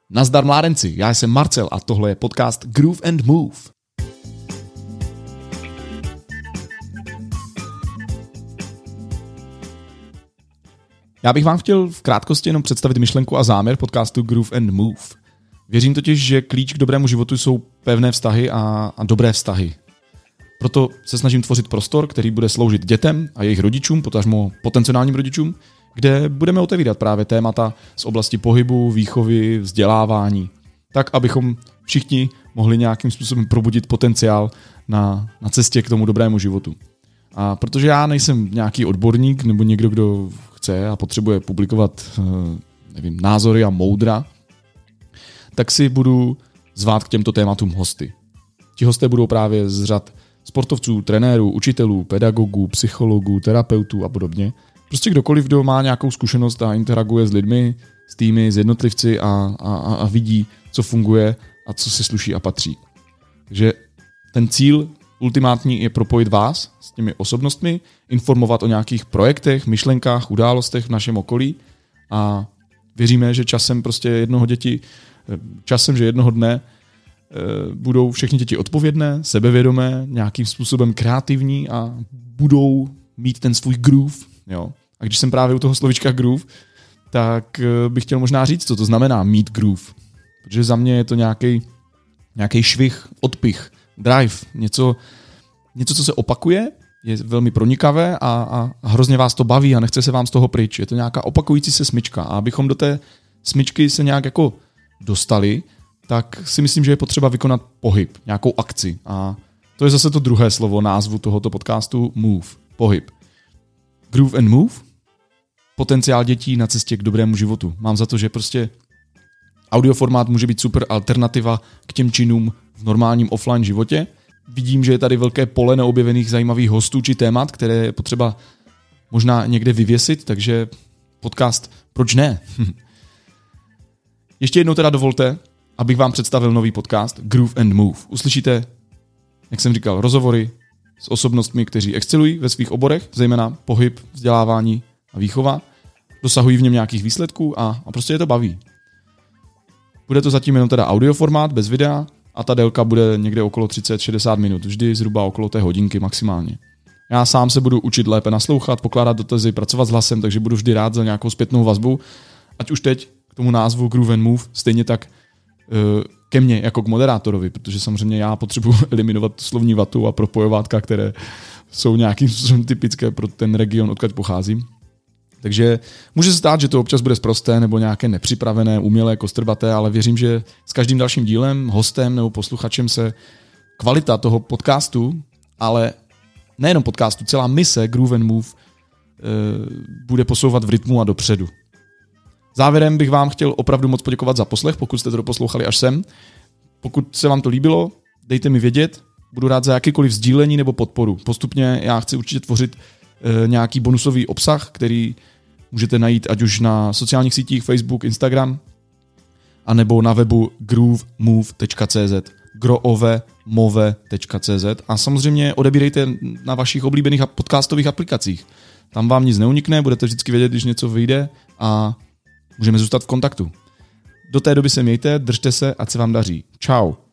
Nazdar mládenci, já jsem Marcel a tohle je podcast Groove and Move. Já bych vám chtěl v krátkosti jenom představit myšlenku a záměr podcastu Groove and Move. Věřím totiž, že klíč k dobrému životu jsou pevné vztahy a dobré vztahy. Proto se snažím tvořit prostor, který bude sloužit dětem a jejich rodičům, potažmo potenciálním rodičům, kde budeme otevírat právě témata z oblasti pohybu, výchovy, vzdělávání, tak abychom všichni mohli nějakým způsobem probudit potenciál na cestě k tomu dobrému životu. A protože já nejsem nějaký odborník nebo někdo, kdo chce a potřebuje publikovat názory a moudra, tak si budu zvát k těmto tématům hosty. Ti hosté budou právě z řad sportovců, trenérů, učitelů, pedagogů, psychologů, terapeutů a podobně. Prostě kdokoliv, kdo má nějakou zkušenost a interaguje s lidmi, s týmy, s jednotlivci a vidí, co funguje a co si sluší a patří. Takže ten cíl ultimátní je propojit vás s těmi osobnostmi, informovat o nějakých projektech, myšlenkách, událostech v našem okolí a věříme, že jednoho dne budou všechny děti odpovědné, sebevědomé, nějakým způsobem kreativní a budou mít ten svůj groove. Jo. A když jsem právě u toho slovíčka groove, tak bych chtěl možná říct, co to znamená mít groove. Protože za mě je to nějaký švih, odpich, drive, něco, co se opakuje, je velmi pronikavé a hrozně vás to baví a nechce se vám z toho pryč. Je to nějaká opakující se smyčka. A abychom do té smyčky se nějak jako dostali, tak si myslím, že je potřeba vykonat pohyb, nějakou akci. A to je zase to druhé slovo názvu tohoto podcastu, move, pohyb. Groove and move, potenciál dětí na cestě k dobrému životu. Mám za to, že prostě audioformát může být super alternativa k těm činům v normálním offline životě. Vidím, že je tady velké pole neobjevených zajímavých hostů či témat, které je potřeba možná někde vyvěsit, takže podcast proč ne? Ještě jednou teda dovolte, abych vám představil nový podcast Groove and Move. Uslyšíte, jak jsem říkal, rozhovory s osobnostmi, kteří excelují ve svých oborech, zejména pohyb, vzdělávání a výchova, dosahují v něm nějakých výsledků a prostě je to baví. Bude to zatím jenom teda audioformát bez videa a ta délka bude někde okolo 30-60 minut, vždy zhruba okolo té hodinky maximálně. Já sám se budu učit lépe naslouchat, pokládat dotazy, pracovat s hlasem, takže budu vždy rád za nějakou zpětnou vazbu, ať už teď k tomu názvu Groove and Move, stejně tak ke mně jako k moderátorovi, protože samozřejmě já potřebuji eliminovat slovní vatu a propojovátka, které jsou nějakým způsobem typické pro ten region, odkud pocházím. Takže může se stát, že to občas bude sprosté nebo nějaké nepřipravené, umělé, kostrbaté, ale věřím, že s každým dalším dílem, hostem nebo posluchačem se kvalita toho podcastu, ale nejenom podcastu, celá mise Groove and Move bude posouvat v rytmu a dopředu. Závěrem bych vám chtěl opravdu moc poděkovat za poslech, pokud jste to doposlouchali až sem. Pokud se vám to líbilo, dejte mi vědět, budu rád za jakýkoliv sdílení nebo podporu. Postupně já chci určitě tvořit nějaký bonusový obsah, který můžete najít ať už na sociálních sítích Facebook, Instagram, anebo na webu groovemove.cz, groovemove.cz a samozřejmě odebírejte na vašich oblíbených podcastových aplikacích. Tam vám nic neunikne, budete vždycky vědět, když něco vyjde a můžeme zůstat v kontaktu. Do té doby se mějte, držte se, ať se vám daří. Čau.